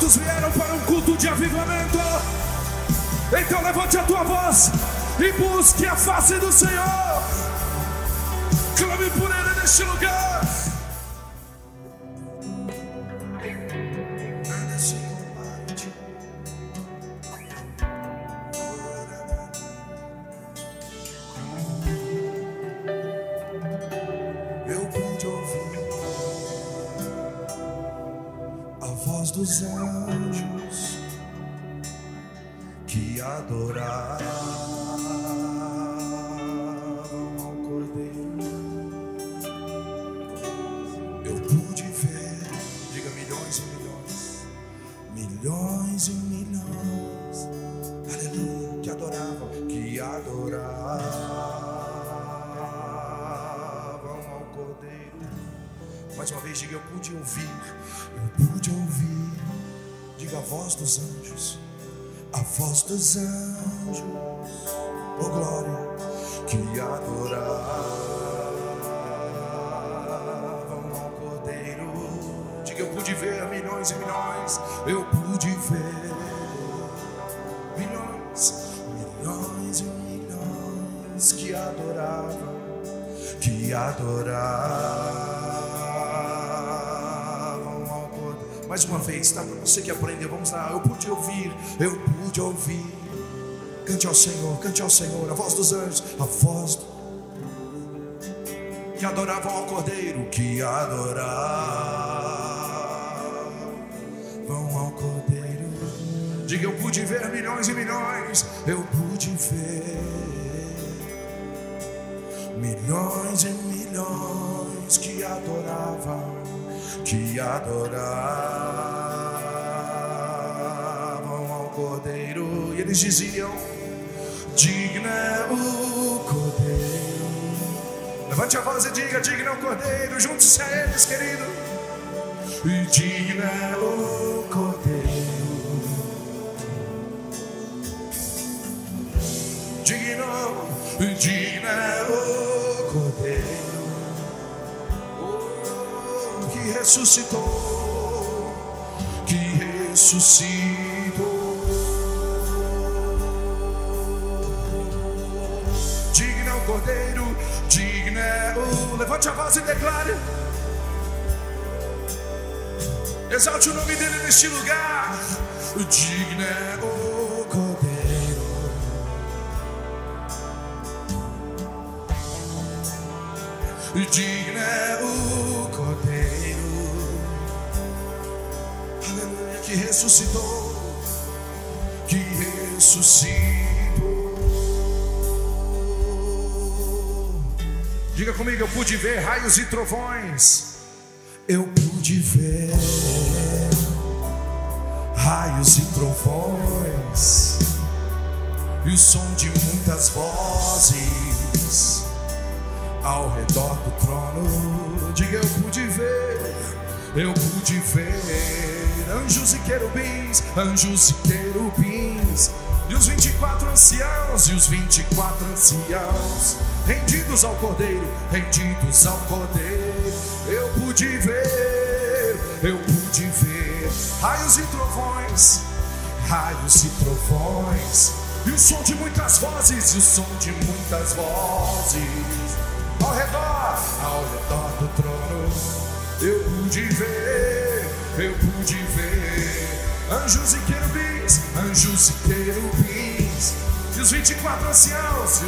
Quantos vieram para um culto de avivamento? Então levante a tua voz e busque a face do Senhor. Clame por Ele neste lugar. Nada se compara a ti. Eu pude ouvir a voz dos anjos que adoraram ao Cordeiro. Eu pude ver, diga milhões e milhões, milhões e milhões, aleluia, que adoravam ao Cordeiro. Mais uma vez, diga, eu pude ouvir, diga a voz dos anjos. A voz dos anjos, oh glória, que adoravam ao Cordeiro. Diga, eu pude ver milhões e milhões, eu pude ver milhões, milhões e milhões que adoravam ao Cordeiro. Mais uma vez, tá? Para você que aprendeu, vamos lá. Eu pude ouvir. Cante ao Senhor, a voz dos anjos, a voz que adoravam ao Cordeiro, que adoravam ao Cordeiro. Diga, eu pude ver milhões e milhões, eu pude ver milhões e milhões que adoravam ao Cordeiro. E eles diziam: digno é o Cordeiro. Levante a voz e diga: digno é o Cordeiro. Junte-se a eles, querido. E digno é o Cordeiro. Digno é o Cordeiro, oh, que ressuscitou. Digno é o Cordeiro, digno é o... Levante a voz e declare. Exalte o nome dele neste lugar. Digno é o Cordeiro. Digno é o Cordeiro, aleluia, que ressuscitou. Diga comigo: eu pude ver raios e trovões. Eu pude ver raios e trovões, e o som de muitas vozes ao redor do trono. Diga, eu pude ver anjos e querubins, e os 24 anciãos, rendidos ao Cordeiro, Eu pude ver raios e trovões, e o som de muitas vozes, ao redor do trono. Eu pude ver anjos e querubins, e os 24 anciãos,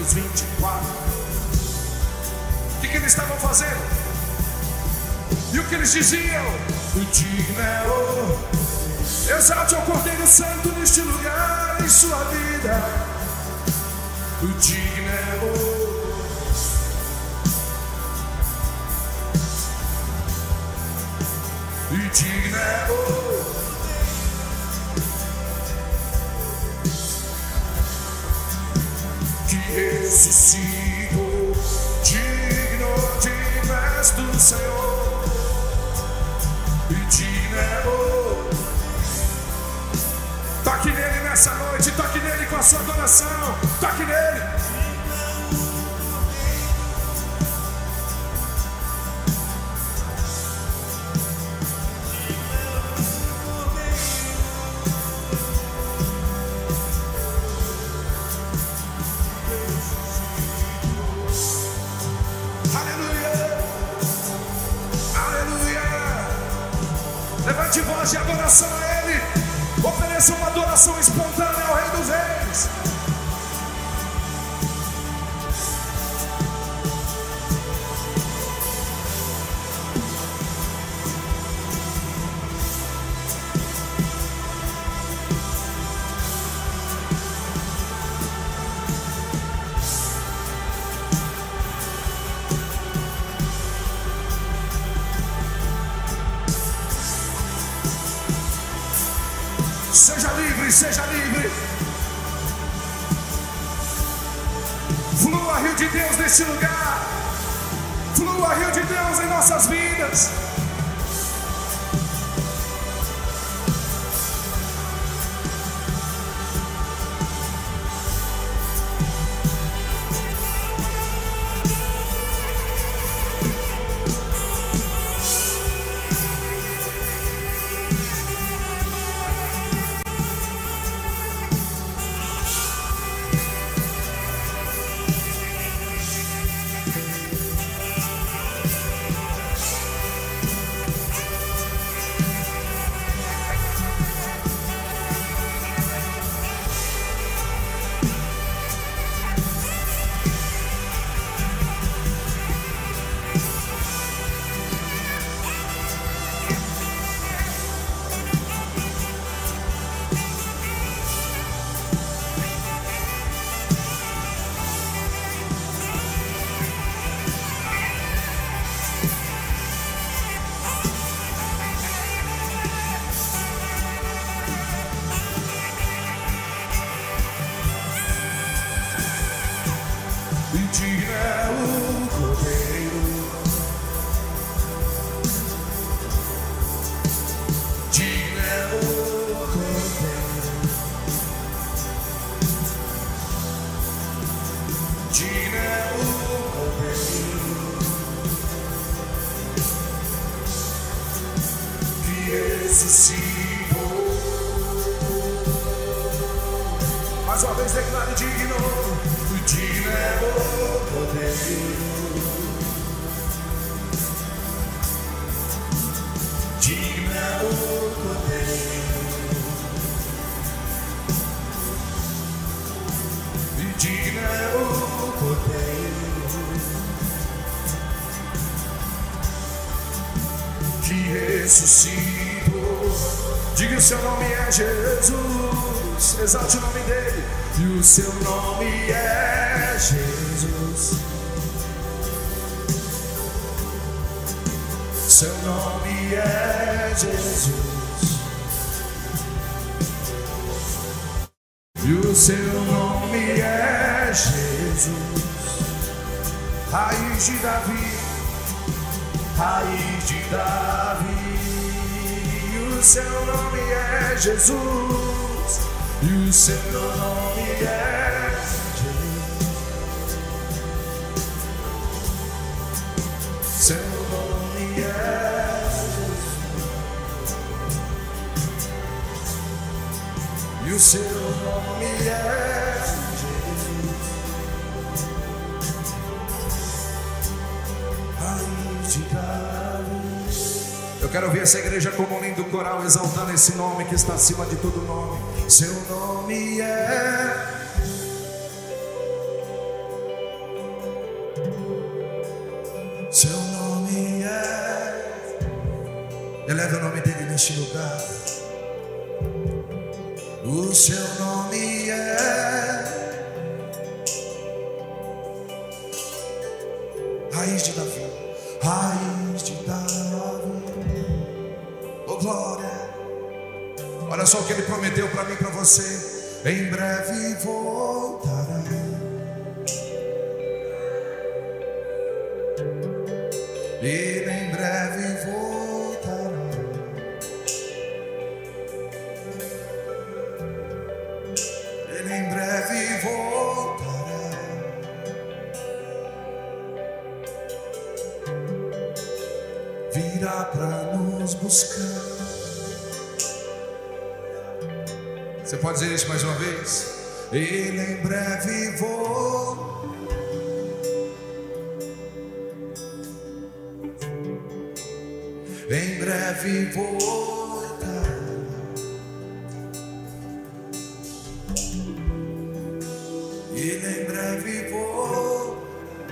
O que eles estavam fazendo? E o que eles diziam? O digno é o... Exalte ao Cordeiro Santo neste lugar, em sua vida. O digno é o... E digno é o... que ressuscitou, digno és do Senhor, e digno é o... Toque nele nessa noite, toque nele com a sua adoração, toque nele. levante voz de adoração a Ele. Ofereça uma adoração espontânea ao Rei dos Reis. Seja livre, seja livre. Flua, Rio de Deus, neste lugar. Flua, Rio de Deus, em nossas vidas. Digno é o Cordeiro, digno é o Cordeiro, digno é o Cordeiro, que ressuscitou. Mais uma vez declare digno. Digno é o Cordeiro, digno é o Cordeiro, e digno é o Cordeiro, que ressuscitou. Diga: o seu nome é Jesus. Exalte o nome dele. E o seu nome é Jesus. Seu nome é Jesus. E o seu nome é Jesus. Raiz de Davi, raiz de Davi. E o seu nome é Jesus. E o seu nome é Jesus. Seu nome é Jesus. E o seu nome é Jesus. Raiz de Davi. Eu quero ver essa igreja como um lindo coral exaltando esse nome que está acima de todo nome. Seu nome é Seu nome é. Eleve o nome dele neste lugar. O seu nome é raiz de Davi, raiz de Davi. Oh glória. Olha só o que ele prometeu para mim e para você. Em breve voltará. Ele em breve voltará. Ele em breve voltará. Virá para nos buscar. Você pode dizer isso mais uma vez? Ele em breve voltará. Em breve voltará. breve vou.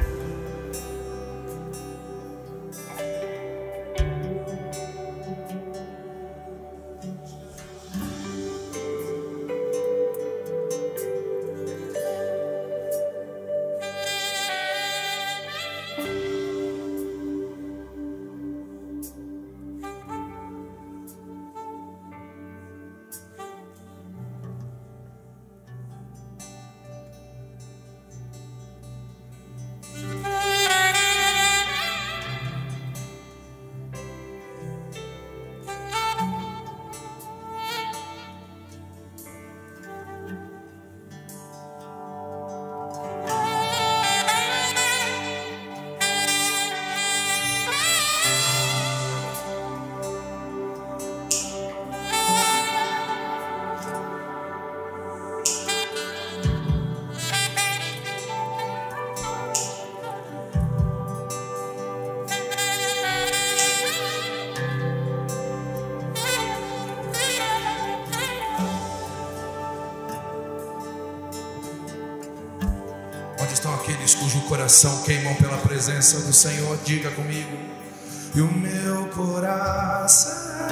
Onde estão aqueles cujo coração queimam pela presença do Senhor? Diga comigo. E o meu coração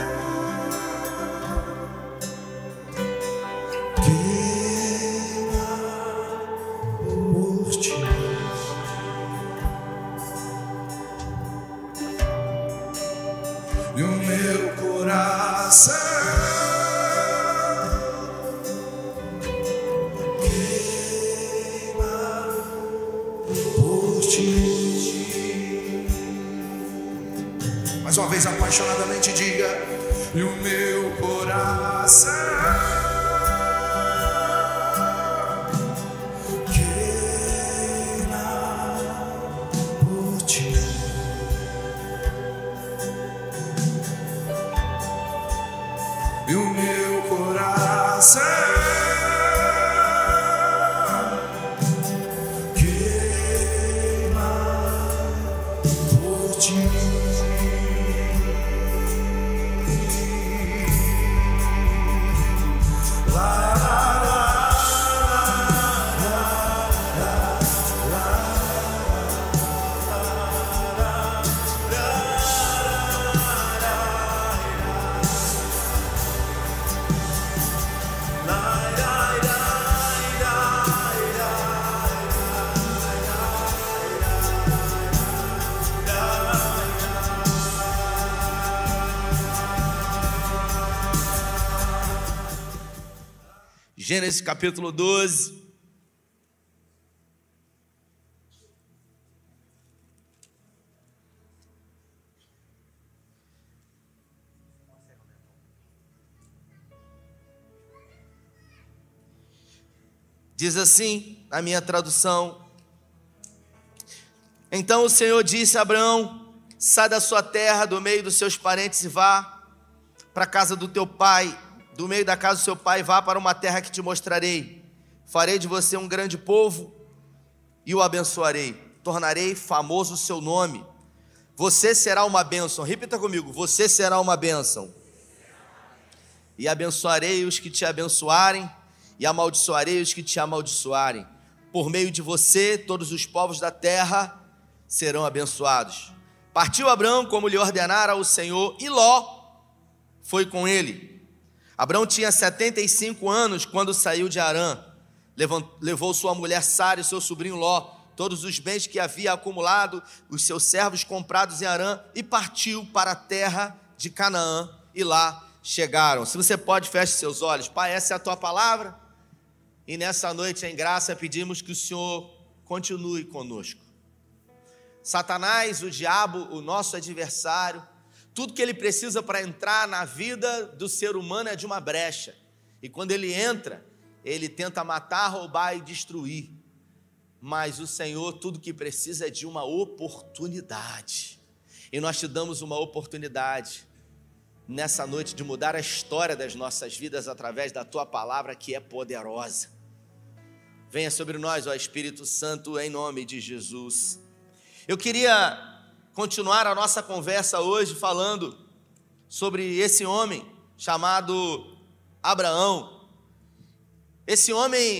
queima por ti. E o meu coração mais uma vez apaixonadamente diga. E o meu coração queima por ti. E o meu coração queima por ti. Gênesis capítulo 12. Diz assim, na minha tradução: Então o Senhor disse a Abraão: sai da sua terra, do meio dos seus parentes e vá para a casa do teu pai. Do meio da casa do seu pai, vá para uma terra que te mostrarei. Farei de você um grande povo e o abençoarei. Tornarei famoso o seu nome. Você será uma bênção. Repita comigo: você será uma bênção. E abençoarei os que te abençoarem, e amaldiçoarei os que te amaldiçoarem. Por meio de você, todos os povos da terra serão abençoados. Partiu Abraão como lhe ordenara o Senhor, e Ló foi com ele. Abraão tinha 75 anos quando saiu de Harã. Levou sua mulher Sara e seu sobrinho Ló, todos os bens que havia acumulado, os seus servos comprados em Harã, e partiu para a terra de Canaã, e lá chegaram. Se você pode, feche seus olhos. Pai, essa é a tua palavra, e nessa noite em graça pedimos que o Senhor continue conosco. Satanás, o diabo, o nosso adversário, tudo que ele precisa para entrar na vida do ser humano é de uma brecha. E quando ele entra, ele tenta matar, roubar e destruir. Mas o Senhor, tudo que precisa é de uma oportunidade. E nós te damos uma oportunidade nessa noite de mudar a história das nossas vidas através da tua palavra, que é poderosa. Venha sobre nós, ó Espírito Santo, em nome de Jesus. Eu queria continuar a nossa conversa hoje falando sobre esse homem chamado Abraão. Esse homem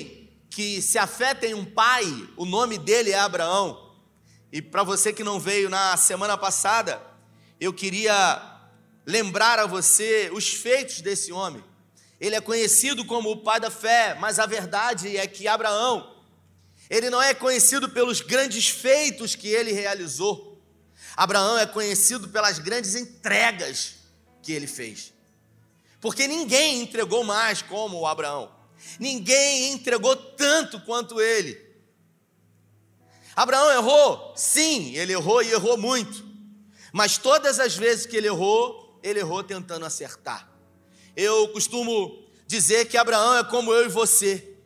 que se a fé tem um pai, o nome dele é Abraão. E para você que não veio na semana passada, eu queria lembrar a você os feitos desse homem. Ele é conhecido como o pai da fé, mas a verdade é que Abraão, ele não é conhecido pelos grandes feitos que ele realizou. Abraão é conhecido pelas grandes entregas que ele fez. Porque ninguém entregou mais como o Abraão. Ninguém entregou tanto quanto ele. Abraão errou? Sim, ele errou e errou muito. Mas todas as vezes que ele errou tentando acertar. Eu costumo dizer que Abraão é como eu e você.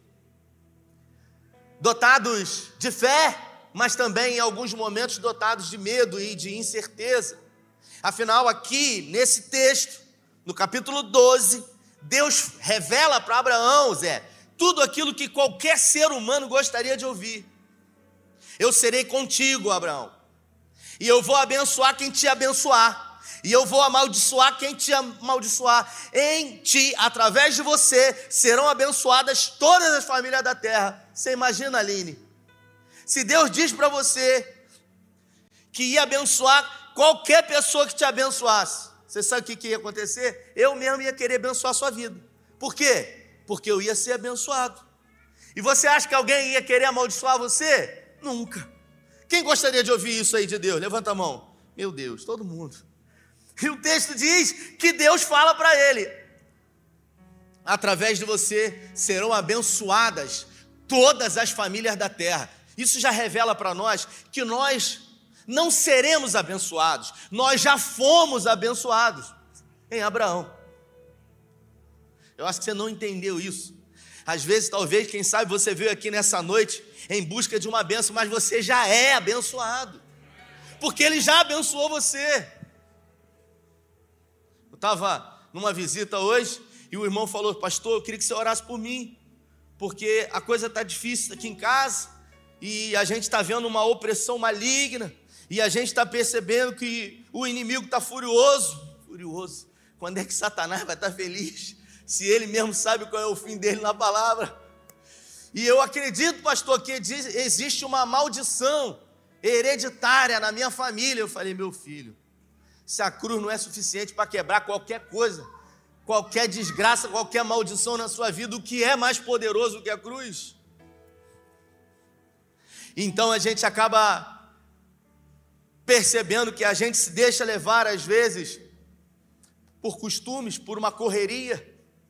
Dotados de fé, mas também em alguns momentos dotados de medo e de incerteza. Afinal, aqui nesse texto, no capítulo 12, Deus revela para Abraão, tudo aquilo que qualquer ser humano gostaria de ouvir. Eu serei contigo, Abraão, e eu vou abençoar quem te abençoar, e eu vou amaldiçoar quem te amaldiçoar. Em ti, através de você, serão abençoadas todas as famílias da terra. Você imagina, Aline, se Deus diz para você que ia abençoar qualquer pessoa que te abençoasse, você sabe o que ia acontecer? Eu mesmo ia querer abençoar a sua vida. Por quê? Porque eu ia ser abençoado. E você acha que alguém ia querer amaldiçoar você? Nunca. Quem gostaria de ouvir isso aí de Deus? Levanta a mão. Meu Deus, todo mundo. E o texto diz que Deus fala para ele: através de você serão abençoadas todas as famílias da terra. Isso já revela para nós que nós não seremos abençoados, nós já fomos abençoados em Abraão. Eu acho que você não entendeu isso. Às vezes, talvez, quem sabe você veio aqui nessa noite em busca de uma bênção, mas você já é abençoado, porque Ele já abençoou você. Eu estava numa visita hoje e o irmão falou: pastor, eu queria que você orasse por mim, porque a coisa está difícil aqui em casa e a gente está vendo uma opressão maligna. E a gente está percebendo que o inimigo está furioso. Quando é que Satanás vai estar feliz? Se ele mesmo sabe qual é o fim dele na palavra. E eu acredito, pastor, que existe uma maldição hereditária na minha família. Eu falei: meu filho, se a cruz não é suficiente para quebrar qualquer coisa, qualquer desgraça, qualquer maldição na sua vida, o que é mais poderoso que a cruz? Então a gente acaba percebendo que a gente se deixa levar às vezes por costumes, por uma correria.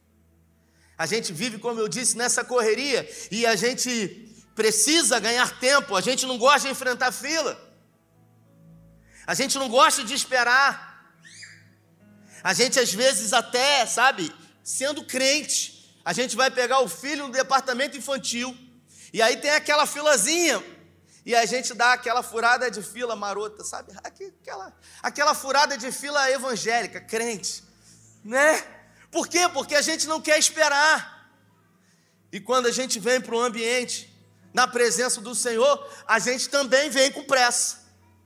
A gente vive, como eu disse, nessa correria, e a gente precisa ganhar tempo. A gente não gosta de enfrentar fila, a gente não gosta de esperar. A gente às vezes até, sendo crente, a gente vai pegar o filho no departamento infantil, e aí tem aquela filazinha, e a gente dá aquela furada de fila marota, aquela furada de fila evangélica, crente, né? Por quê? Porque a gente não quer esperar. E quando a gente vem para o ambiente, na presença do Senhor, a gente também vem com pressa.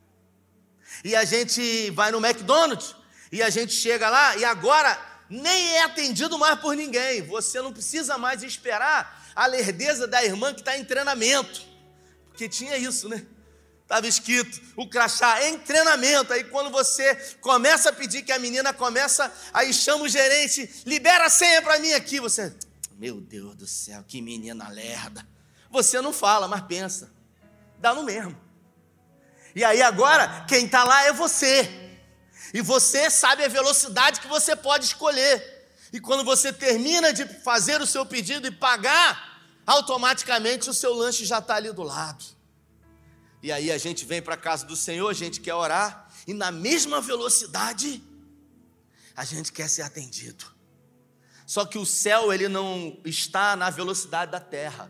E a gente vai no McDonald's, e a gente chega lá, e agora nem é atendido mais por ninguém. Você não precisa mais esperar a lerdeza da irmã que está em treinamento. Porque tinha isso, né? Estava escrito, o crachá em treinamento. Aí quando você começa a pedir, que a menina começa, aí chama o gerente: libera a senha para mim aqui. Você, meu Deus do céu, que menina lerda. Você não fala, mas pensa, dá no mesmo. E aí agora, quem está lá é você. E você sabe a velocidade que você pode escolher. E quando você termina de fazer o seu pedido e pagar, automaticamente o seu lanche já está ali do lado. E aí a gente vem para a casa do Senhor, a gente quer orar, e na mesma velocidade a gente quer ser atendido. Só que o céu, ele não está na velocidade da terra.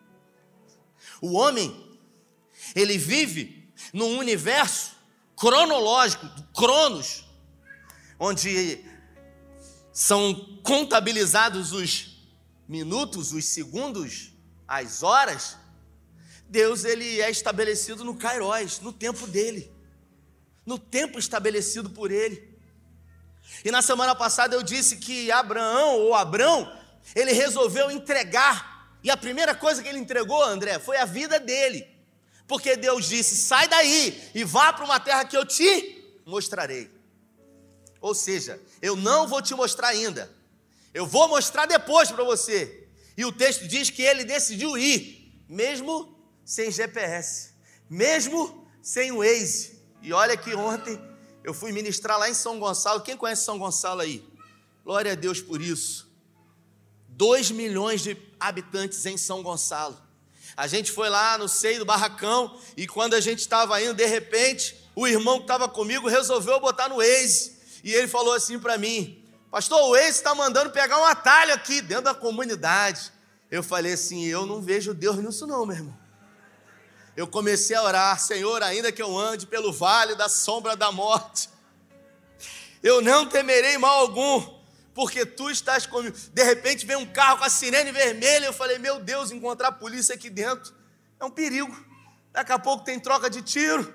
O homem, ele vive num universo cronológico, Cronos, onde são contabilizados os minutos, os segundos, as horas. Deus, ele é estabelecido no Kairos, no tempo dele, no tempo estabelecido por ele. E na semana passada eu disse que Abraão, ele resolveu entregar E a primeira coisa que ele entregou, André, foi a vida dele. Porque Deus disse, sai daí e vá para uma terra que eu te mostrarei. Ou seja, eu não vou te mostrar ainda. Eu vou mostrar depois para você. E o texto diz que ele decidiu ir, mesmo sem GPS, mesmo sem o Waze. E olha que ontem eu fui ministrar lá em São Gonçalo. Quem conhece São Gonçalo aí? Glória a Deus por isso. 2 milhões de habitantes em São Gonçalo. A gente foi lá no seio do barracão e quando a gente estava indo, de repente, o irmão que estava comigo resolveu botar no Waze. E ele falou assim para mim, pastor, o Waze está mandando pegar um atalho aqui dentro da comunidade. Eu falei assim, eu não vejo Deus nisso não, meu irmão. Eu comecei a orar, Senhor, ainda que eu ande pelo vale da sombra da morte, eu não temerei mal algum, porque tu estás comigo. De repente vem um carro com a sirene vermelha, eu falei, meu Deus, encontrar a polícia aqui dentro é um perigo. Daqui a pouco tem troca de tiro.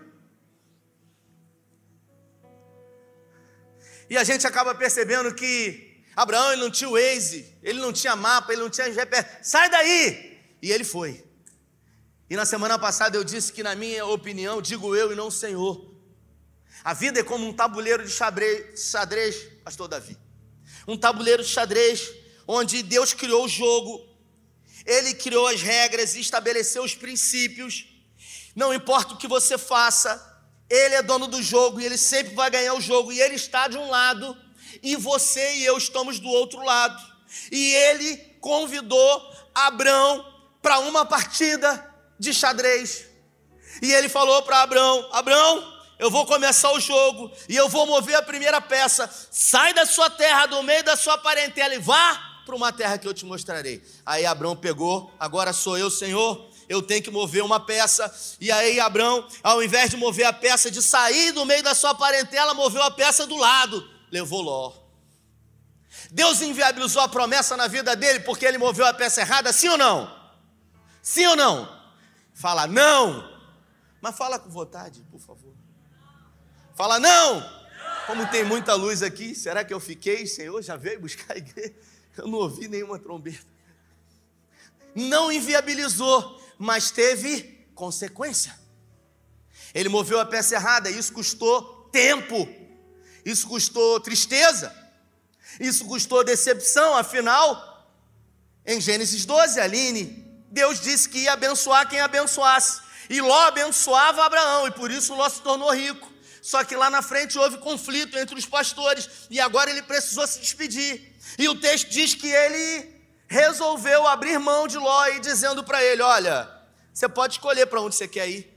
E a gente acaba percebendo que Abraão, ele não tinha o Waze, ele não tinha mapa, ele não tinha GPS. Sai daí! E ele foi. E na semana passada eu disse que, na minha opinião, digo eu e não o Senhor, a vida é como um tabuleiro de xadrez, pastor Davi. Um tabuleiro de xadrez, onde Deus criou o jogo, Ele criou as regras e estabeleceu os princípios. Não importa o que você faça, Ele é dono do jogo e Ele sempre vai ganhar o jogo. E Ele está de um lado e você e eu estamos do outro lado. E Ele convidou Abrão para uma partida de xadrez. E Ele falou para Abrão, Abrão, eu vou começar o jogo e eu vou mover a primeira peça. Sai da sua terra, do meio da sua parentela e vá para uma terra que eu te mostrarei. Aí Abrão pegou, agora sou eu, Senhor, eu tenho que mover uma peça. E aí Abrão, ao invés de mover a peça, de sair do meio da sua parentela, moveu a peça do lado, levou Ló. Deus inviabilizou a promessa na vida dele porque ele moveu a peça errada, sim ou não? Sim ou não? Fala não, mas fala com vontade, por favor. Fala não, como tem muita luz aqui, será que eu fiquei, Senhor, já veio buscar a igreja? Eu não ouvi nenhuma trombeta. Não inviabilizou, mas teve consequência. Ele moveu a peça errada, isso custou tempo, isso custou tristeza, isso custou decepção. Afinal, em Gênesis 12, Aline, Deus disse que ia abençoar quem abençoasse, e Ló abençoava Abraão, e por isso Ló se tornou rico. Só que lá na frente houve conflito entre os pastores, e agora ele precisou se despedir. E o texto diz que ele resolveu abrir mão de Ló, e dizendo para ele, olha, você pode escolher para onde você quer ir.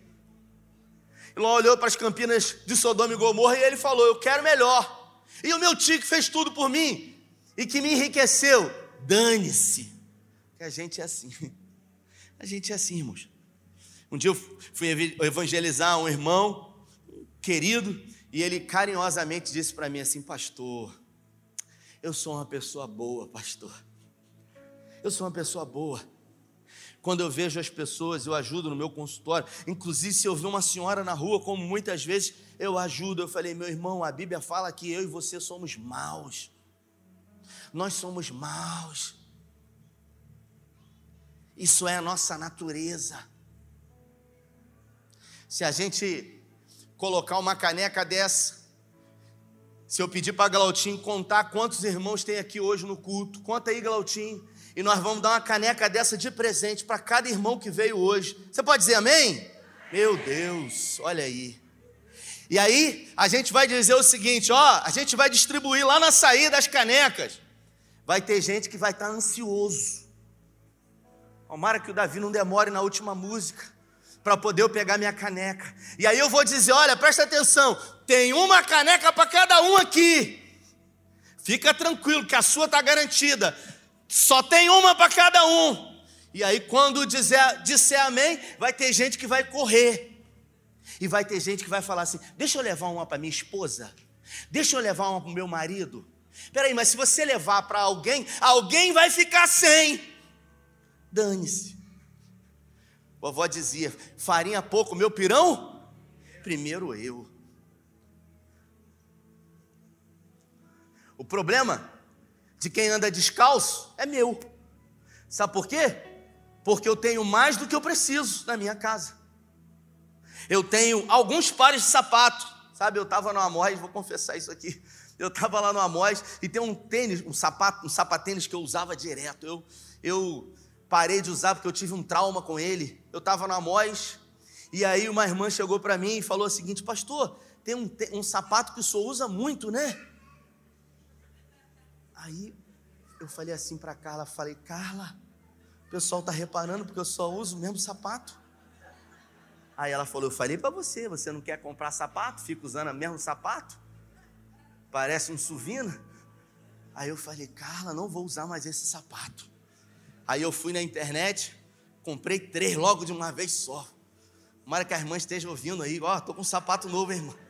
E Ló olhou para as campinas de Sodoma e Gomorra, e ele falou, eu quero melhor. E o meu tio que fez tudo por mim, e que me enriqueceu, dane-se. Que a gente é assim. A gente é assim, irmãos. Um dia eu fui evangelizar um irmão querido, e ele carinhosamente disse para mim assim, pastor, eu sou uma pessoa boa, pastor. Eu sou uma pessoa boa. Quando eu vejo as pessoas, eu ajudo no meu consultório. Inclusive, se eu ver uma senhora na rua, como muitas vezes eu ajudo. Eu falei, meu irmão, a Bíblia fala que eu e você somos maus. Nós somos maus. Isso é a nossa natureza. Se a gente colocar uma caneca dessa, se eu pedir para Glautinho contar quantos irmãos tem aqui hoje no culto, conta aí, Glautinho, e nós vamos dar uma caneca dessa de presente para cada irmão que veio hoje. Você pode dizer amém? Meu Deus, olha aí. E aí, a gente vai dizer o seguinte, ó, a gente vai distribuir lá na saída as canecas. Vai ter gente que vai estar ansioso. Tomara que o Davi não demore na última música, para poder eu pegar minha caneca. E aí eu vou dizer, olha, presta atenção, tem uma caneca para cada um aqui. Fica tranquilo que a sua está garantida. Só tem uma para cada um. E aí quando disser amém, vai ter gente que vai correr. E vai ter gente que vai falar assim, deixa eu levar uma para minha esposa. Deixa eu levar uma para o meu marido. Peraí, mas se você levar para alguém, alguém vai ficar sem. Dane-se. Vovó dizia, farinha pouco, meu pirão? Primeiro eu. O problema de quem anda descalço é meu. Sabe por quê? porque eu tenho mais do que eu preciso na minha casa. Eu tenho alguns pares de sapato, sabe? Eu estava no Amós, vou confessar isso aqui. Eu estava lá no Amós e tem um sapatênis que eu usava direto. Eu parei de usar porque eu tive um trauma com ele. Eu estava no Amós e aí uma irmã chegou para mim e falou o seguinte: pastor, tem um sapato que o senhor usa muito, né? Aí eu falei assim para Carla, Carla, o pessoal está reparando porque eu só uso o mesmo sapato. Aí ela falou: eu falei para você não quer comprar sapato? Fica usando o mesmo sapato? Parece um Suvina. Aí eu falei: Carla, não vou usar mais esse sapato. Aí eu fui na internet, comprei 3 logo de uma vez só. Tomara que a irmã esteja ouvindo aí. Ó, tô com um sapato novo, hein, irmã.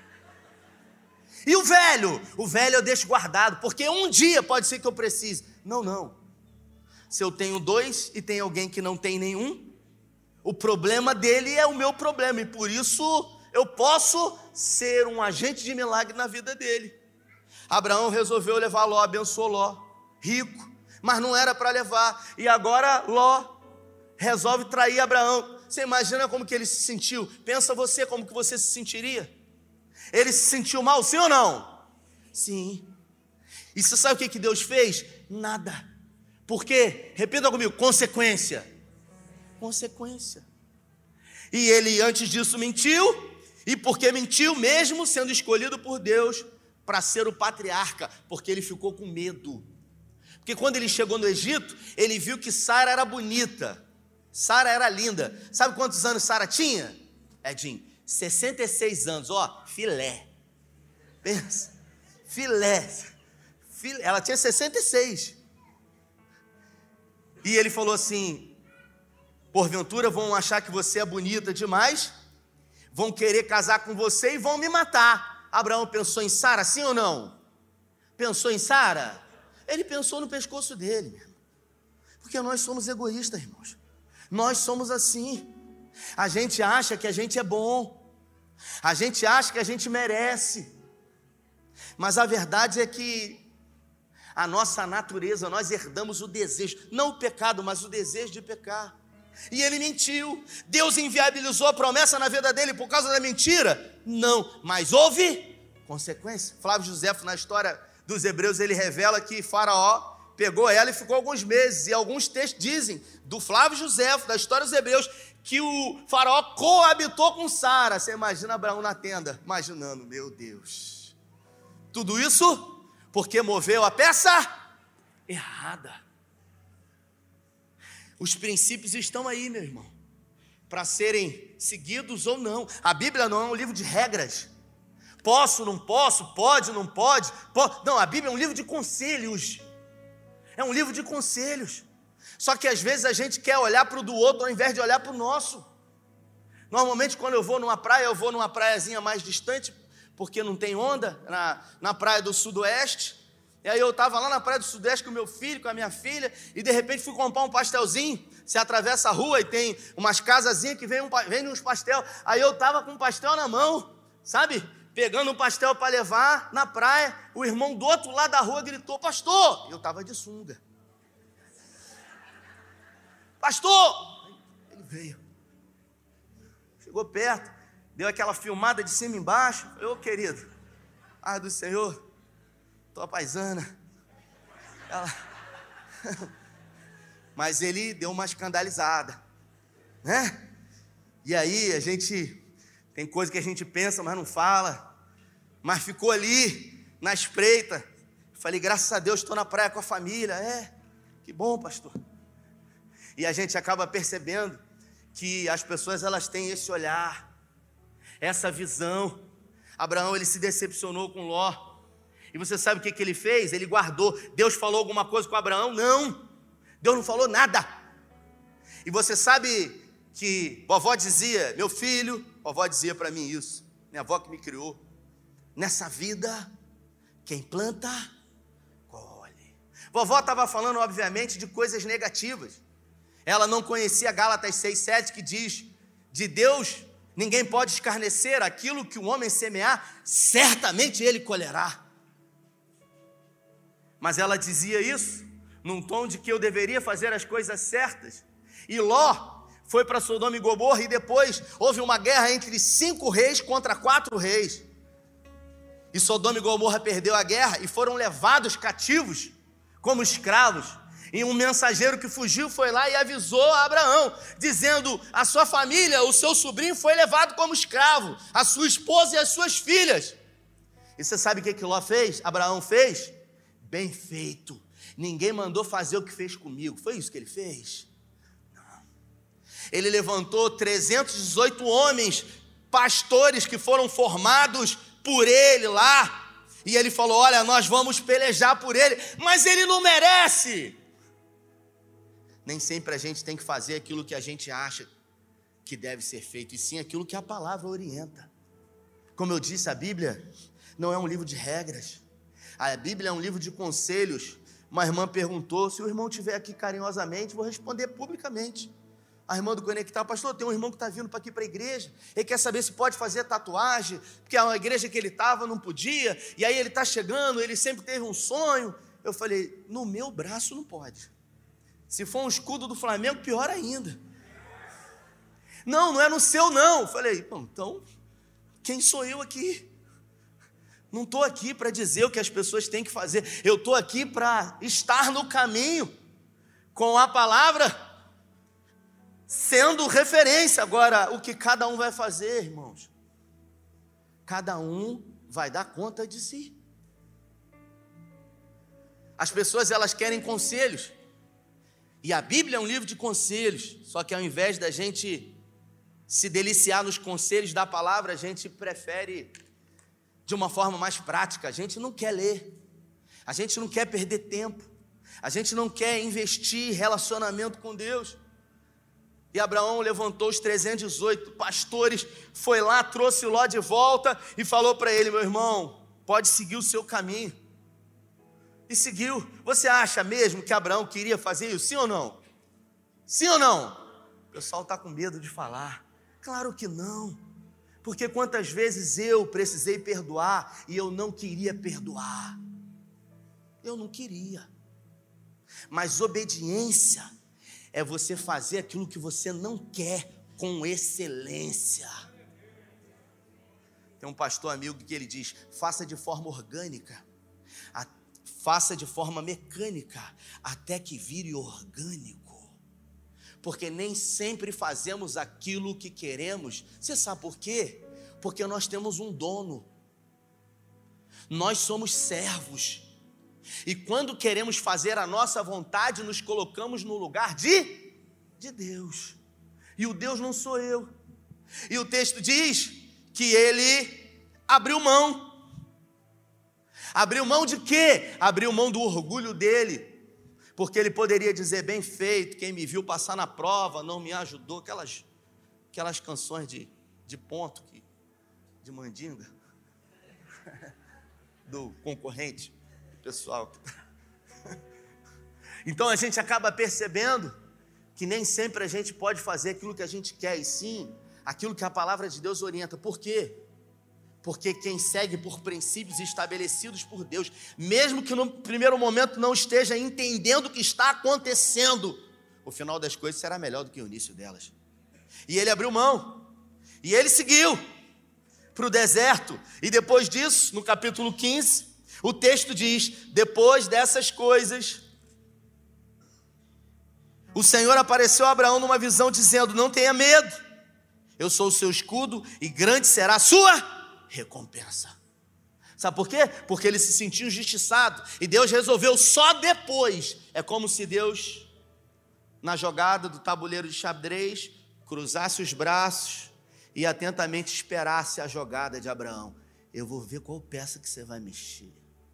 E o velho eu deixo guardado, porque um dia pode ser que eu precise. Não. Se eu tenho 2 e tem alguém que não tem nenhum, o problema dele é o meu problema, e por isso eu posso ser um agente de milagre na vida dele. Abraão resolveu levar Ló, abençoou Ló, rico, mas não era para levar, e agora Ló resolve trair Abraão. Você imagina como que ele se sentiu? Pensa você como que você se sentiria? Ele se sentiu mal, sim ou não? Sim. E você sabe o que Deus fez? Nada. Por quê? Repita comigo: consequência. E ele antes disso mentiu, e porque mentiu, mesmo sendo escolhido por Deus para ser o patriarca, porque ele ficou com medo. Porque quando ele chegou no Egito, ele viu que Sara era bonita, Sara era linda. Sabe quantos anos Sara tinha? Edinho, 66 anos, ó, filé. Pensa, filé. Ela tinha 66. E ele falou assim: porventura vão achar que você é bonita demais, vão querer casar com você e vão me matar. Abraão pensou em Sara, sim ou não? Pensou em Sara? Ele pensou no pescoço dele, meu irmão. Porque nós somos egoístas, irmãos. Nós somos assim. A gente acha que a gente é bom, a gente acha que a gente merece, mas a verdade é que a nossa natureza, nós herdamos o desejo, não o pecado, mas o desejo de pecar. E ele mentiu. Deus inviabilizou a promessa na vida dele por causa da mentira? Não, mas houve consequência. Flávio Josefo, na história dos Hebreus, ele revela que Faraó pegou ela e ficou alguns meses, e alguns textos dizem, do Flávio Josefo, da história dos Hebreus, que o Faraó coabitou com Sara. Você imagina Abraão na tenda, imaginando: meu Deus, tudo isso porque moveu a peça errada. Os princípios estão aí, meu irmão, para serem seguidos ou não. A Bíblia não é um livro de regras. Posso, não posso, pode, não pode. Não, a Bíblia é um livro de conselhos. É um livro de conselhos. Só que às vezes a gente quer olhar para o do outro ao invés de olhar para o nosso. Normalmente quando eu vou numa praia, eu vou numa praiazinha mais distante, porque não tem onda, na praia do Sudoeste. E aí eu estava lá na praia do Sudoeste com o meu filho, com a minha filha, e de repente fui comprar um pastelzinho. Você atravessa a rua e tem umas casazinhas que vendem uns pastel. Aí eu estava com um pastel na mão, sabe? Pegando um pastel para levar na praia. O irmão do outro lado da rua gritou: pastor! Eu estava de sunga. Pastor! Ele veio. Chegou perto, deu aquela filmada de cima e embaixo. Falei: ô querido, paz do Senhor, tua paisana. Ela... Mas ele deu uma escandalizada, né? E aí a gente, tem coisa que a gente pensa, mas não fala, mas ficou ali na espreita. Falei: graças a Deus estou na praia com a família. Que bom, pastor. E a gente acaba percebendo que as pessoas, elas têm esse olhar, essa visão. Abraão, ele se decepcionou com Ló. E você sabe o que ele fez? Ele guardou. Deus falou alguma coisa com Abraão? Não. Deus não falou nada. E você sabe que vovó dizia, meu filho, vovó dizia para mim isso, minha avó que me criou: nessa vida, quem planta, colhe. Vovó estava falando, obviamente, de coisas negativas. Ela não conhecia Gálatas 6,7, que diz: de Deus ninguém pode escarnecer, aquilo que o homem semear, certamente ele colherá. Mas ela dizia isso num tom de que eu deveria fazer as coisas certas. E Ló foi para Sodoma e Gomorra, e depois houve uma guerra entre 5 reis contra 4 reis. E Sodoma e Gomorra perdeu a guerra e foram levados cativos como escravos. E um mensageiro que fugiu foi lá e avisou a Abraão, dizendo: a sua família, o seu sobrinho foi levado como escravo, a sua esposa e as suas filhas. E você sabe o que Ló fez? Abraão fez? Bem feito. Ninguém mandou fazer o que fez comigo. Foi isso que ele fez? Não. Ele levantou 318 homens, pastores que foram formados por ele lá. E ele falou: olha, nós vamos pelejar por ele, mas ele não merece. Nem sempre a gente tem que fazer aquilo que a gente acha que deve ser feito, e sim aquilo que a palavra orienta. Como eu disse, a Bíblia não é um livro de regras. A Bíblia é um livro de conselhos. Uma irmã perguntou: se o irmão estiver aqui carinhosamente, vou responder publicamente. A irmã do Conectar: pastor, tem um irmão que está vindo para aqui para a igreja, ele quer saber se pode fazer tatuagem, porque a igreja que ele estava não podia, e aí ele está chegando, ele sempre teve um sonho. Eu falei: no meu braço não pode. Se for um escudo do Flamengo, pior ainda. Não é no seu não. Eu falei: então, quem sou eu aqui? Não estou aqui para dizer o que as pessoas têm que fazer, eu estou aqui para estar no caminho, com a palavra sendo referência. Agora, o que cada um vai fazer, irmãos? Cada um vai dar conta de si. As pessoas, elas querem conselhos, e a Bíblia é um livro de conselhos, só que ao invés da gente se deliciar nos conselhos da palavra, a gente prefere de uma forma mais prática. A gente não quer ler, a gente não quer perder tempo, a gente não quer investir em relacionamento com Deus. E Abraão levantou os 318 pastores, foi lá, trouxe Ló de volta e falou para ele: meu irmão, pode seguir o seu caminho. E seguiu. Você acha mesmo que Abraão queria fazer isso? Sim ou não? Sim ou não? O pessoal está com medo de falar. Claro que não. Porque quantas vezes eu precisei perdoar e eu não queria perdoar. Eu não queria. Mas obediência é você fazer aquilo que você não quer com excelência. Tem um pastor amigo que ele diz: faça de forma orgânica, faça de forma mecânica, até que vire orgânico. Porque nem sempre fazemos aquilo que queremos. Você sabe por quê? Porque nós temos um dono. Nós somos servos. E quando queremos fazer a nossa vontade, nos colocamos no lugar de Deus. E o Deus não sou eu. E o texto diz que ele abriu mão. Abriu mão de quê? Abriu mão do orgulho dele. Porque ele poderia dizer: bem feito, quem me viu passar na prova não me ajudou. Aquelas canções de ponto, de mandinga, do concorrente, pessoal. Então a gente acaba percebendo que nem sempre a gente pode fazer aquilo que a gente quer, e sim aquilo que a palavra de Deus orienta. Por quê? Porque quem segue por princípios estabelecidos por Deus, mesmo que no primeiro momento não esteja entendendo o que está acontecendo, o final das coisas será melhor do que o início delas. E ele abriu mão, e ele seguiu para o deserto. E depois disso, no capítulo 15, o texto diz: depois dessas coisas, o Senhor apareceu a Abraão numa visão, dizendo: não tenha medo, eu sou o seu escudo, e grande será a sua recompensa. Sabe por quê? Porque ele se sentiu injustiçado, e Deus resolveu só depois. É como se Deus, na jogada do tabuleiro de xadrez, cruzasse os braços e atentamente esperasse a jogada de Abraão. Eu vou ver qual peça que você vai mexer.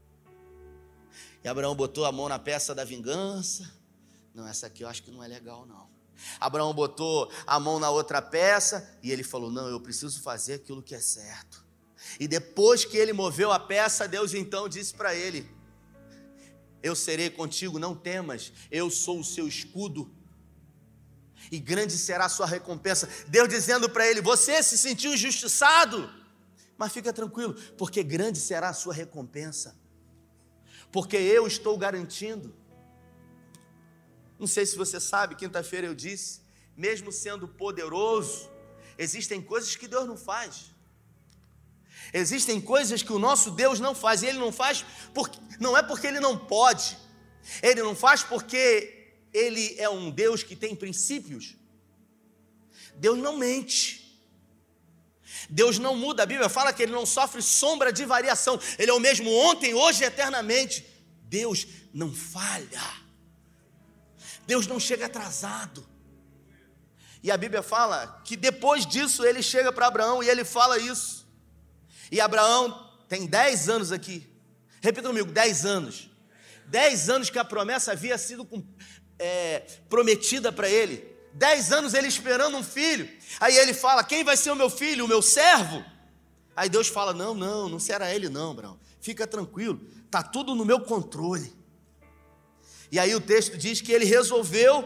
E Abraão botou a mão na peça da vingança. Não, essa aqui eu acho que não é legal não. Abraão botou a mão na outra peça, e ele falou: não, eu preciso fazer aquilo que é certo. E depois que ele moveu a peça, Deus então disse para ele: eu serei contigo, não temas, eu sou o seu escudo, e grande será a sua recompensa. Deus dizendo para ele: você se sentiu injustiçado, mas fica tranquilo, porque grande será a sua recompensa, porque eu estou garantindo. Não sei se você sabe, quinta-feira eu disse, mesmo sendo poderoso, existem coisas que Deus não faz. Existem coisas que o nosso Deus não faz, e Ele não faz não é porque Ele não pode, Ele não faz porque Ele é um Deus que tem princípios. Deus não mente, Deus não muda. A Bíblia fala que Ele não sofre sombra de variação, Ele é o mesmo ontem, hoje e eternamente. Deus não falha, Deus não chega atrasado. E a Bíblia fala que depois disso Ele chega para Abraão e Ele fala isso. E Abraão tem 10 anos aqui, repita comigo, 10 anos. 10 anos que a promessa havia sido prometida para ele. 10 anos ele esperando um filho. Aí ele fala, quem vai ser o meu filho, o meu servo? Aí Deus fala, não será ele não, Abraão. Fica tranquilo, está tudo no meu controle. E aí o texto diz que ele resolveu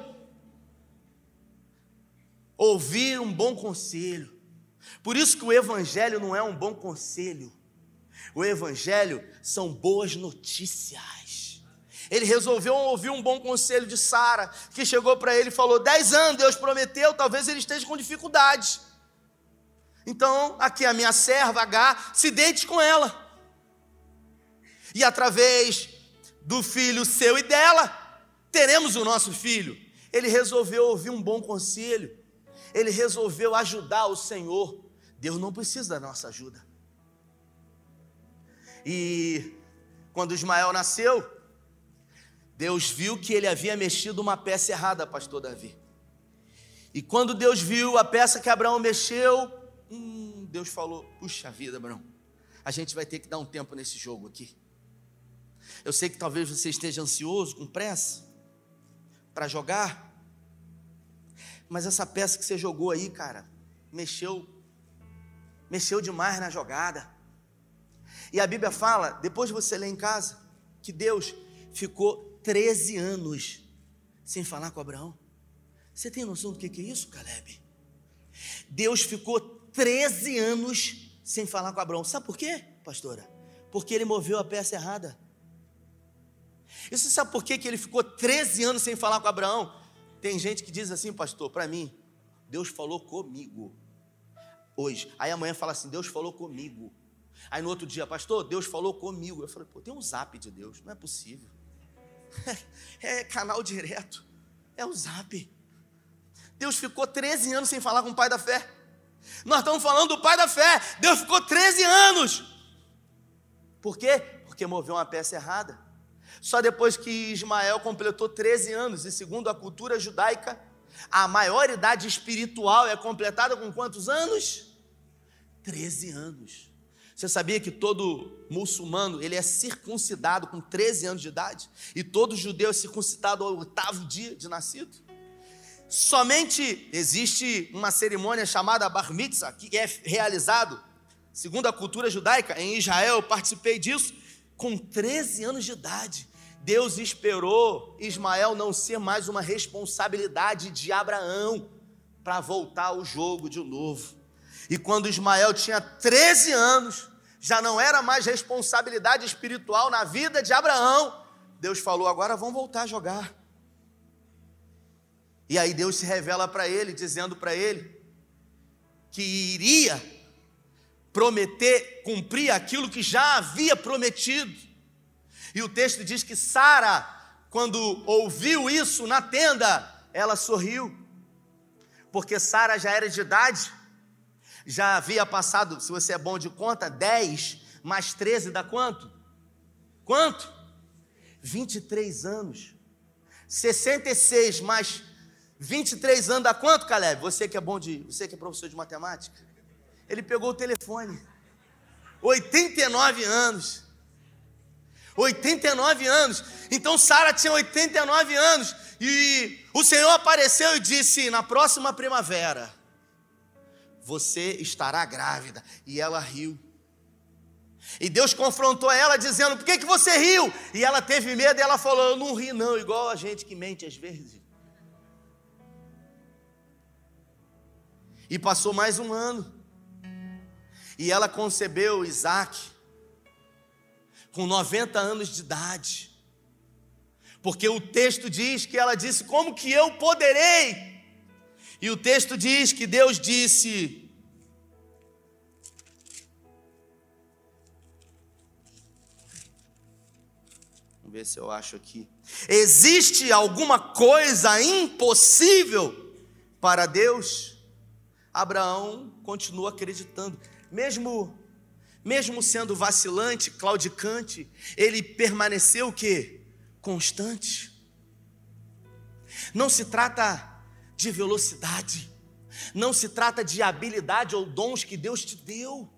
ouvir um bom conselho. Por isso que o evangelho não é um bom conselho. O evangelho são boas notícias. Ele resolveu ouvir um bom conselho de Sara, que chegou para ele e falou, 10 anos Deus prometeu, talvez ele esteja com dificuldades. Então, aqui a minha serva Agar, se deite com ela. E através do filho seu e dela, teremos o nosso filho. Ele resolveu ouvir um bom conselho. Ele resolveu ajudar o Senhor. Deus não precisa da nossa ajuda. E quando Ismael nasceu, Deus viu que ele havia mexido uma peça errada, pastor Davi. E quando Deus viu a peça que Abraão mexeu, Deus falou, puxa vida, Abraão, a gente vai ter que dar um tempo nesse jogo aqui. Eu sei que talvez você esteja ansioso, com pressa, para jogar, mas essa peça que você jogou aí, cara, mexeu demais na jogada. E a Bíblia fala, depois de você ler em casa, que Deus ficou 13 anos sem falar com Abraão. Você tem noção do que é isso, Caleb? Deus ficou 13 anos sem falar com Abraão. Sabe por quê, pastora? Porque ele moveu a peça errada. E você sabe por quê que ele ficou 13 anos sem falar com Abraão? Tem gente que diz assim, pastor, para mim, Deus falou comigo hoje. Aí amanhã fala assim, Deus falou comigo. Aí no outro dia, pastor, Deus falou comigo. Eu falei, tem um zap de Deus, não é possível. É canal direto, é o zap. Deus ficou 13 anos sem falar com o pai da fé. Nós estamos falando do pai da fé. Deus ficou 13 anos. Por quê? Porque moveu uma peça errada. Só depois que Ismael completou 13 anos, e segundo a cultura judaica, a maioridade espiritual é completada com quantos anos? 13 anos. Você sabia que todo muçulmano, ele é circuncidado com 13 anos de idade? E todo judeu é circuncidado ao 8º dia de nascido? Somente existe uma cerimônia chamada Bar Mitzvah, que é realizado, segundo a cultura judaica, em Israel, eu participei disso, com 13 anos de idade. Deus esperou Ismael não ser mais uma responsabilidade de Abraão para voltar ao jogo de novo. E quando Ismael tinha 13 anos, já não era mais responsabilidade espiritual na vida de Abraão. Deus falou, agora vamos voltar a jogar. E aí Deus se revela para ele, dizendo para ele que iria prometer, cumprir aquilo que já havia prometido. E o texto diz que Sara, quando ouviu isso na tenda, ela sorriu, porque Sara já era de idade, já havia passado, se você é bom de conta, 10 mais 13 dá quanto? Quanto? 23 anos. 66 mais 23 anos dá quanto, Caleb? Você que é professor de matemática. Ele pegou o telefone. 89 anos. 89 anos. Então Sara tinha 89 anos. E o Senhor apareceu e disse, na próxima primavera, você estará grávida. E ela riu. E Deus confrontou ela dizendo, por que você riu? E ela teve medo e ela falou, eu não ri não, igual a gente que mente às vezes. E passou mais um ano. E ela concebeu Isaac com 90 anos de idade. Porque o texto diz que ela disse: como que eu poderei? E o texto diz que Deus disse: vamos ver se eu acho aqui. Existe alguma coisa impossível para Deus? Abraão continua acreditando, mesmo sendo vacilante, claudicante, ele permaneceu o quê? Constante. Não se trata de velocidade, não se trata de habilidade ou dons que Deus te deu.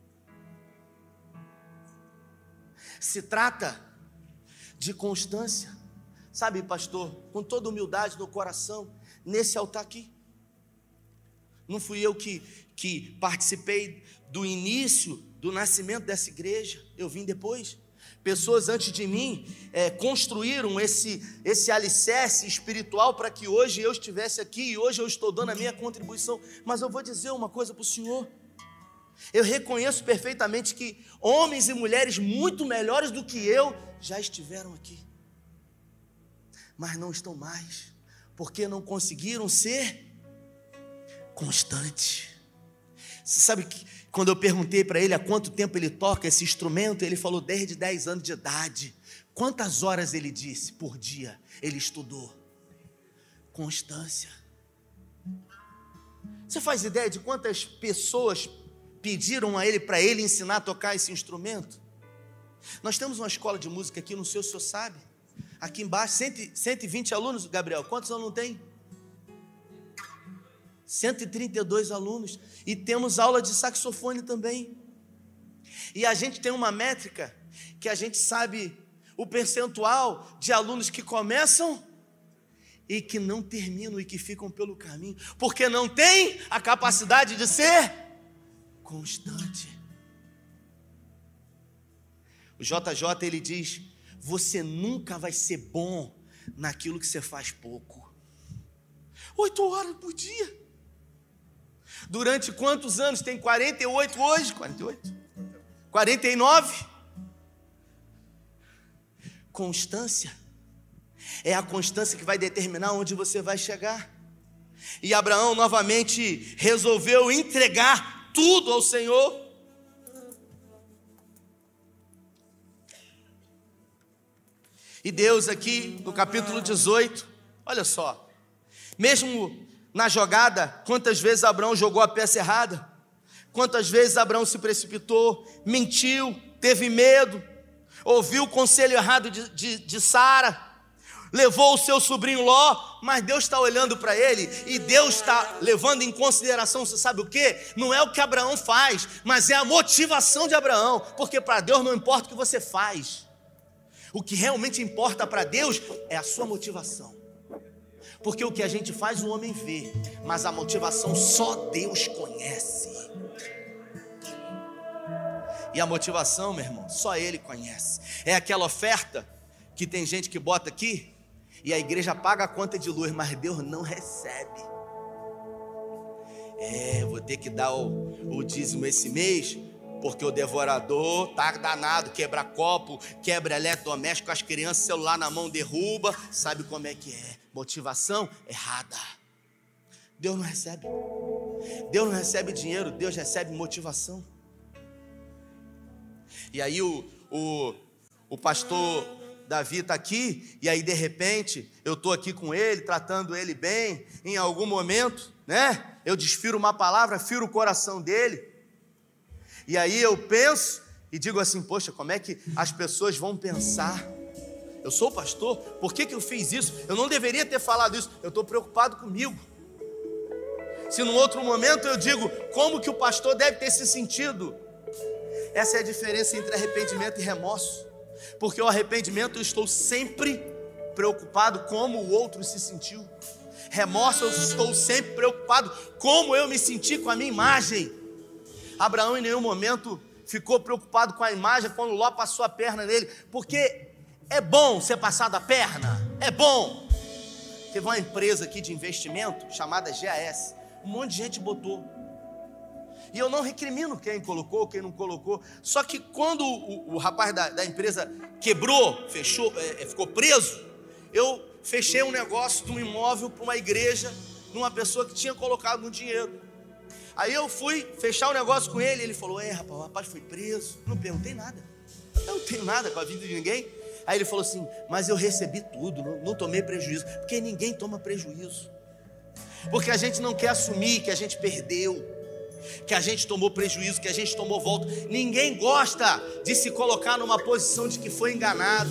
Se trata de constância. Sabe, pastor, com toda humildade no coração, nesse altar aqui, não fui eu que participei do início, do nascimento dessa igreja, eu vim depois. Pessoas antes de mim construíram esse alicerce espiritual para que hoje eu estivesse aqui, e hoje eu estou dando a minha contribuição. Mas eu vou dizer uma coisa para o senhor: eu reconheço perfeitamente que homens e mulheres muito melhores do que eu já estiveram aqui, mas não estão mais, porque não conseguiram ser constantes. Você sabe que quando eu perguntei para ele há quanto tempo ele toca esse instrumento, ele falou desde 10 anos de idade. Quantas horas ele disse por dia ele estudou? Constância. Você faz ideia de quantas pessoas pediram a ele para ele ensinar a tocar esse instrumento? Nós temos uma escola de música aqui, não sei se o senhor sabe, aqui embaixo, 120 alunos, Gabriel, quantos alunos tem? 132 alunos, e temos aula de saxofone também, e a gente tem uma métrica, que a gente sabe o percentual de alunos que começam, e que não terminam, e que ficam pelo caminho, porque não tem a capacidade de ser constante. O JJ, ele diz: você nunca vai ser bom naquilo que você faz pouco. 8 horas por dia. Durante quantos anos? Tem 48 hoje? 48? 49? Constância. É a constância que vai determinar onde você vai chegar. E Abraão novamente resolveu entregar tudo ao Senhor. E Deus aqui no capítulo 18, olha só, mesmo na jogada, quantas vezes Abraão jogou a peça errada, quantas vezes Abraão se precipitou, mentiu, teve medo, ouviu o conselho errado de Sara, levou o seu sobrinho Ló, mas Deus está olhando para ele, e Deus está levando em consideração, você sabe o que? Não é o que Abraão faz, mas é a motivação de Abraão, porque para Deus não importa o que você faz, o que realmente importa para Deus é a sua motivação. Porque o que a gente faz o homem vê, mas a motivação só Deus conhece. E a motivação, meu irmão, só Ele conhece. É aquela oferta que tem gente que bota aqui e a igreja paga a conta de luz, mas Deus não recebe. Vou ter que dar o dízimo esse mês, porque o devorador tá danado, quebra copo, quebra eletrodoméstico, as crianças, celular na mão, derruba, sabe como é que é? Motivação errada. Deus não recebe. Deus não recebe dinheiro, Deus recebe motivação. E aí o pastor Davi está aqui, e aí de repente eu estou aqui com ele, tratando ele bem, em algum momento, né? Eu desfiro uma palavra, firo o coração dele. E aí eu penso e digo assim: poxa, como é que as pessoas vão pensar? Eu sou pastor, por que eu fiz isso? Eu não deveria ter falado isso, eu estou preocupado comigo. Se num outro momento eu digo, como que o pastor deve ter se sentido? Essa é a diferença entre arrependimento e remorso. Porque o arrependimento eu estou sempre preocupado como o outro se sentiu. Remorso eu estou sempre preocupado como eu me senti com a minha imagem. Abraão em nenhum momento ficou preocupado com a imagem quando Ló passou a perna nele, porque é bom ser passado a perna, é bom. Teve uma empresa aqui de investimento chamada GAS, um monte de gente botou, e eu não recrimino quem colocou, quem não colocou, só que quando o rapaz da empresa quebrou, fechou, ficou preso, eu fechei um negócio de um imóvel para uma igreja, numa pessoa que tinha colocado um dinheiro. Aí eu fui fechar o negócio com ele, ele falou: rapaz, o rapaz foi preso. Não perguntei nada, eu não tenho nada com a vida de ninguém. Aí ele falou assim: mas eu recebi tudo, não tomei prejuízo. Porque ninguém toma prejuízo, porque a gente não quer assumir que a gente perdeu, que a gente tomou prejuízo, que a gente tomou volta. Ninguém gosta de se colocar numa posição de que foi enganado.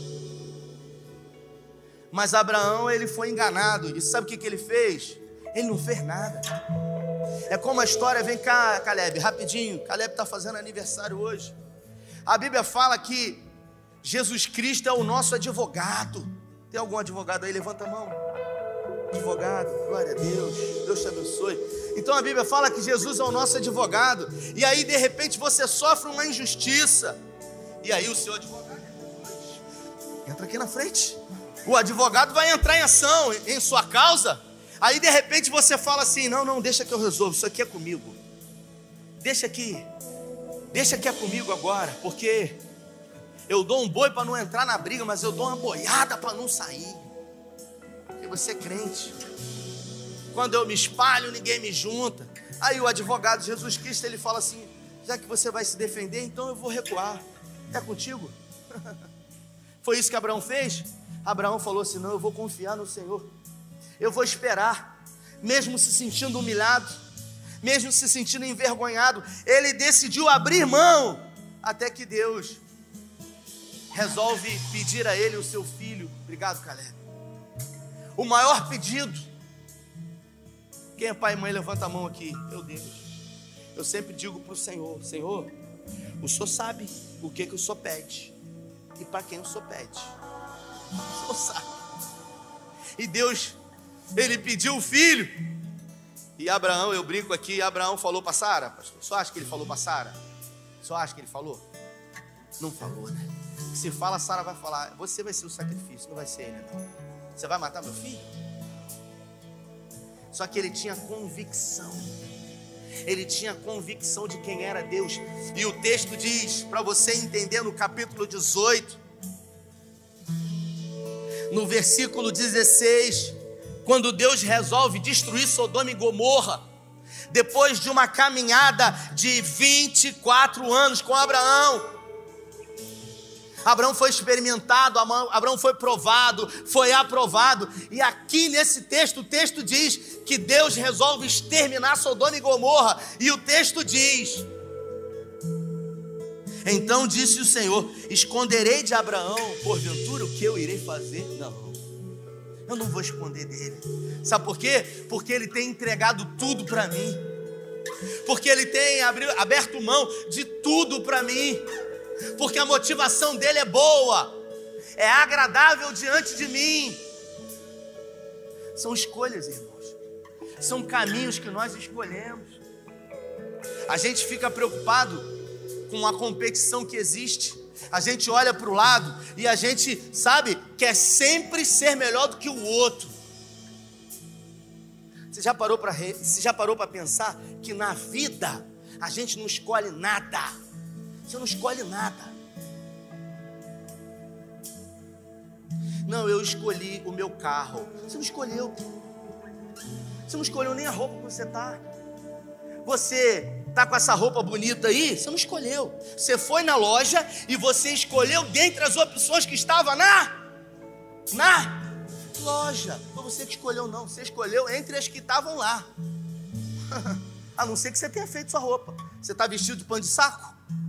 Mas Abraão, ele foi enganado. E sabe o que ele fez? Ele não fez nada. É como a história, vem cá, Caleb, rapidinho. Caleb está fazendo aniversário hoje. A Bíblia fala que Jesus Cristo é o nosso advogado. Tem algum advogado aí? Levanta a mão. Advogado, glória a Deus, Deus te abençoe. Então a Bíblia fala que Jesus é o nosso advogado. E aí de repente você sofre uma injustiça. E aí o seu advogado entra aqui na frente. O advogado vai entrar em ação em sua causa. Aí de repente você fala assim: não, deixa que eu resolvo, isso aqui é comigo. Deixa que é comigo agora, porque eu dou um boi para não entrar na briga, mas eu dou uma boiada para não sair. Porque você é crente. Quando eu me espalho, ninguém me junta. Aí o advogado Jesus Cristo, ele fala assim: já que você vai se defender, então eu vou recuar. É contigo? Foi isso que Abraão fez? Abraão falou assim: não, eu vou confiar no Senhor. Eu vou esperar, mesmo se sentindo humilhado, mesmo se sentindo envergonhado. Ele decidiu abrir mão, até que Deus resolve pedir a ele o seu filho. Obrigado, Caleb. O maior pedido. Quem é pai e mãe, levanta a mão aqui. Meu Deus, eu sempre digo para o Senhor: Senhor, o Senhor sabe o que o Senhor pede e para quem o Senhor pede. O Senhor sabe. E Deus, ele pediu o filho. E Abraão, eu brinco aqui, Abraão falou para Sara. Pastor, só acha que ele falou para Sara? Só acha que ele falou? Não falou, né? Se fala, Sara vai falar: você vai ser o sacrifício, não vai ser ele, não. Você vai matar meu filho? Só que ele tinha convicção. Ele tinha convicção de quem era Deus. E o texto diz, para você entender, no capítulo 18, no versículo 16, quando Deus resolve destruir Sodoma e Gomorra, depois de uma caminhada de 24 anos com Abraão. Abraão foi experimentado, Abraão foi provado, foi aprovado. E aqui nesse texto, o texto diz que Deus resolve exterminar Sodoma e Gomorra. E o texto diz: então disse o Senhor: esconderei de Abraão, porventura, o que eu irei fazer? Não, eu não vou esconder dele. Sabe por quê? Porque ele tem entregado tudo para mim. Porque ele tem aberto mão de tudo para mim. Porque a motivação dele é boa, é agradável diante de mim. São escolhas, irmãos. São caminhos que nós escolhemos. A gente fica preocupado com a competição que existe. A gente olha para o lado e a gente, sabe, quer sempre ser melhor do que o outro. Você já parou para pensar que na vida a gente não escolhe nada? Você não escolhe nada. Não, eu escolhi o meu carro. Você não escolheu. Você não escolheu nem a roupa que você está. Você está com essa roupa bonita aí? Você não escolheu. Você foi na loja e você escolheu dentre as opções que estava na loja. Não foi você que escolheu, não. Você escolheu entre as que estavam lá. A não ser que você tenha feito sua roupa. Você está vestido de pano de saco?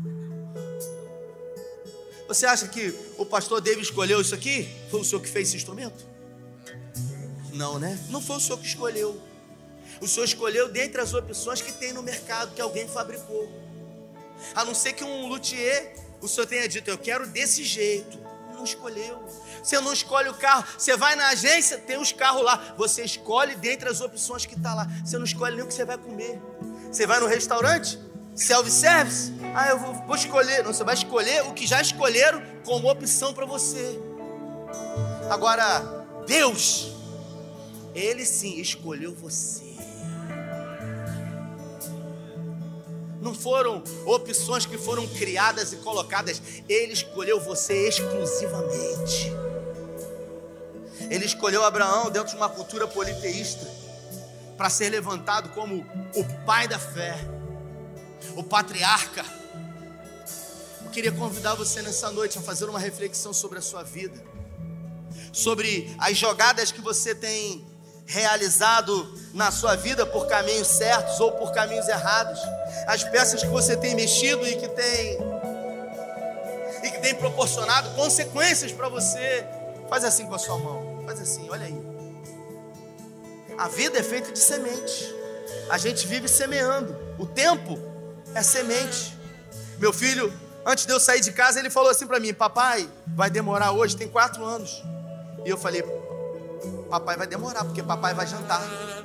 Você acha que o pastor David escolheu isso aqui? Foi o senhor que fez esse instrumento? Não, né? Não foi o senhor que escolheu. O senhor escolheu dentre as opções que tem no mercado, que alguém fabricou. A não ser que um luthier, o senhor tenha dito: eu quero desse jeito. Não escolheu. Você não escolhe o carro. Você vai na agência, tem os carros lá. Você escolhe dentre as opções que está lá. Você não escolhe nem o que você vai comer. Você vai no restaurante, self-service. Eu vou escolher. Não, você vai escolher o que já escolheram como opção para você. Agora, Deus, Ele sim escolheu você. Não foram opções que foram criadas e colocadas. Ele escolheu você exclusivamente. Ele escolheu Abraão dentro de uma cultura politeísta para ser levantado como o pai da fé, o patriarca. Eu queria convidar você nessa noite a fazer uma reflexão sobre a sua vida, sobre as jogadas que você tem realizado na sua vida por caminhos certos ou por caminhos errados, as peças que você tem mexido e que tem proporcionado consequências para você. Faz assim com a sua mão, faz assim, olha aí. A vida é feita de semente. A gente vive semeando. O tempo é semente. Meu filho, antes de eu sair de casa, ele falou assim para mim: papai, vai demorar hoje, tem 4 anos. E eu falei: papai vai demorar, porque papai vai jantar.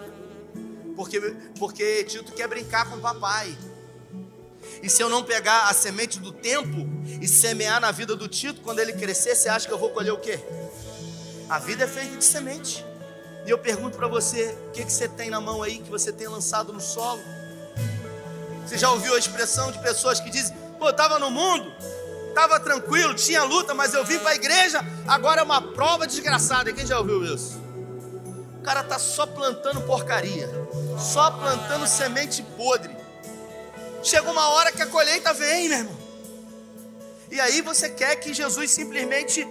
Porque Tito quer brincar com o papai. E se eu não pegar a semente do tempo e semear na vida do Tito, quando ele crescer, você acha que eu vou colher o quê? A vida é feita de semente. E eu pergunto para você, o que você tem na mão aí que você tem lançado no solo? Você já ouviu a expressão de pessoas que dizem: pô, eu estava no mundo, estava tranquilo, tinha luta, mas eu vim para a igreja, agora é uma prova desgraçada. Quem já ouviu isso? O cara está só plantando porcaria, só plantando semente podre. Chega uma hora que a colheita vem, meu irmão. E aí você quer que Jesus simplesmente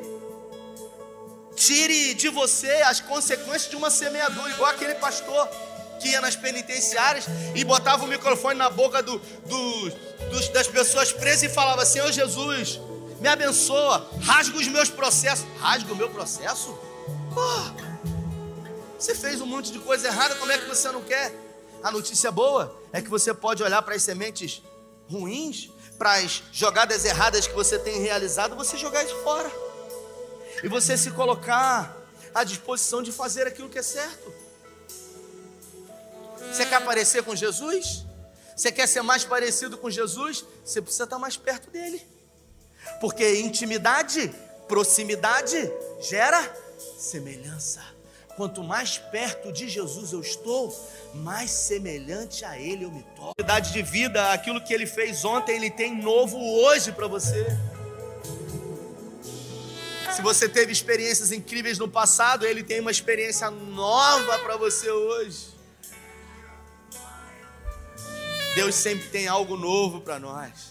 tire de você as consequências de uma semeadura, igual aquele pastor que ia nas penitenciárias e botava o microfone na boca das pessoas presas e falava: Senhor Jesus, me abençoa, rasga os meus processos. Rasga o meu processo? Você fez um monte de coisa errada, como é que você não quer? A notícia boa é que você pode olhar para as sementes ruins, para as jogadas erradas que você tem realizado, você jogar isso fora e você se colocar à disposição de fazer aquilo que é certo. Você quer parecer com Jesus? Você quer ser mais parecido com Jesus? Você precisa estar mais perto dele, porque intimidade, proximidade gera semelhança. Quanto mais perto de Jesus eu estou, mais semelhante a Ele eu me torno. Qualidade de vida, aquilo que Ele fez ontem, Ele tem novo hoje para você. Se você teve experiências incríveis no passado, Ele tem uma experiência nova para você hoje. Deus sempre tem algo novo para nós.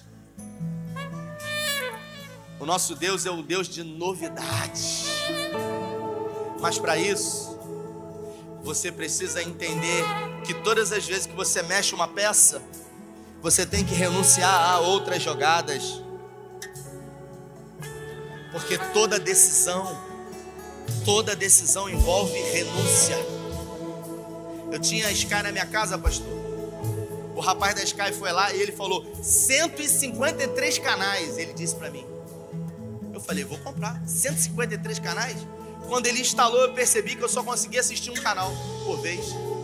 O nosso Deus é o Deus de novidades. Mas para isso, você precisa entender que todas as vezes que você mexe uma peça, você tem que renunciar a outras jogadas. Porque toda decisão envolve renúncia. Eu tinha a Sky na minha casa, pastor. O rapaz da Sky foi lá e ele falou: 153 canais, ele disse para mim. Eu falei: vou comprar 153 canais? Quando ele instalou, eu percebi que eu só conseguia assistir um canal por vez.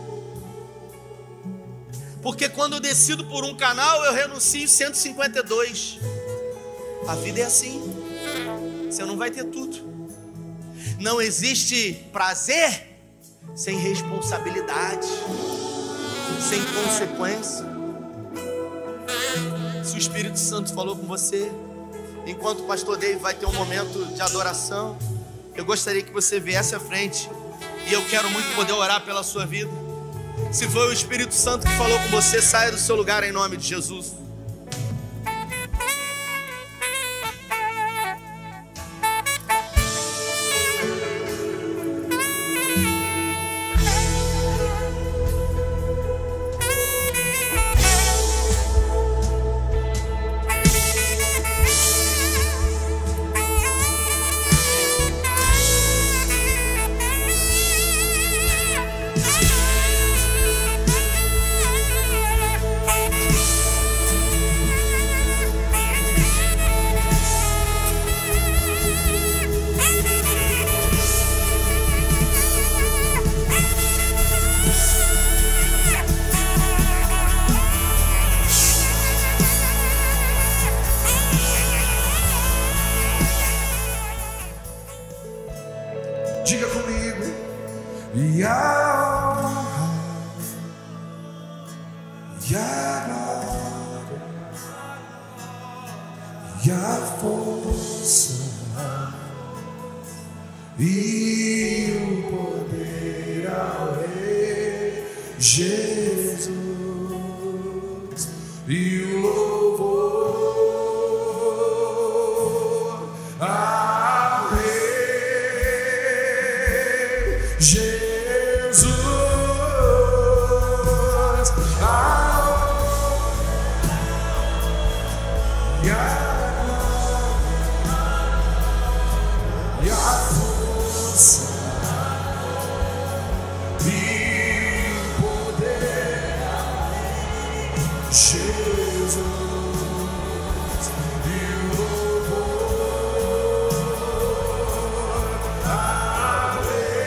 Porque quando eu decido por um canal, eu renuncio 152. A vida é assim. Você não vai ter tudo. Não existe prazer sem responsabilidade, sem consequência. Se o Espírito Santo falou com você, enquanto o pastor David vai ter um momento de adoração, eu gostaria que você viesse à frente, e eu quero muito poder orar pela sua vida. Se foi o Espírito Santo que falou com você, saia do seu lugar em nome de Jesus. Diga comigo: e a honra e a glória e a força e o poder ao Rei Jesus, e o louvor ao Rei Jesus, e a força e o poder, Jesus, e o louvor ao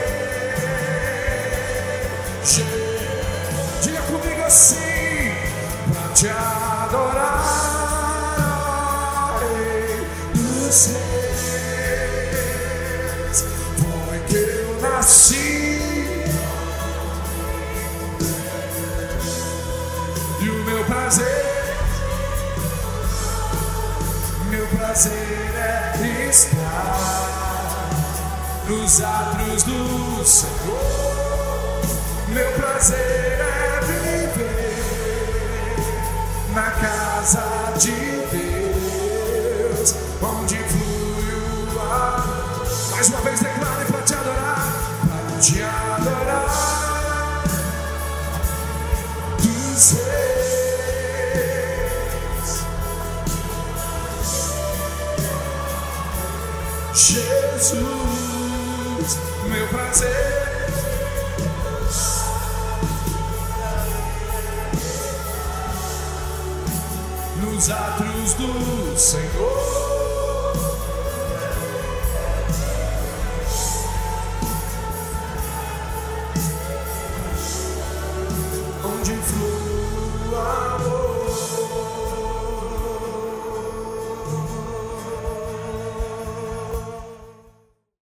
Rei Jesus. Diga comigo assim: pra te adorar, Rei dos Reis, foi que eu nasci. E o meu prazer é estar nos átrios do Senhor. Meu prazer é viver na casa de Deus, onde flui o ar. Mais uma vez declare: pra te adorar, pra te adorar, dos reis. Jesus, meu prazer, nos átrios do Senhor.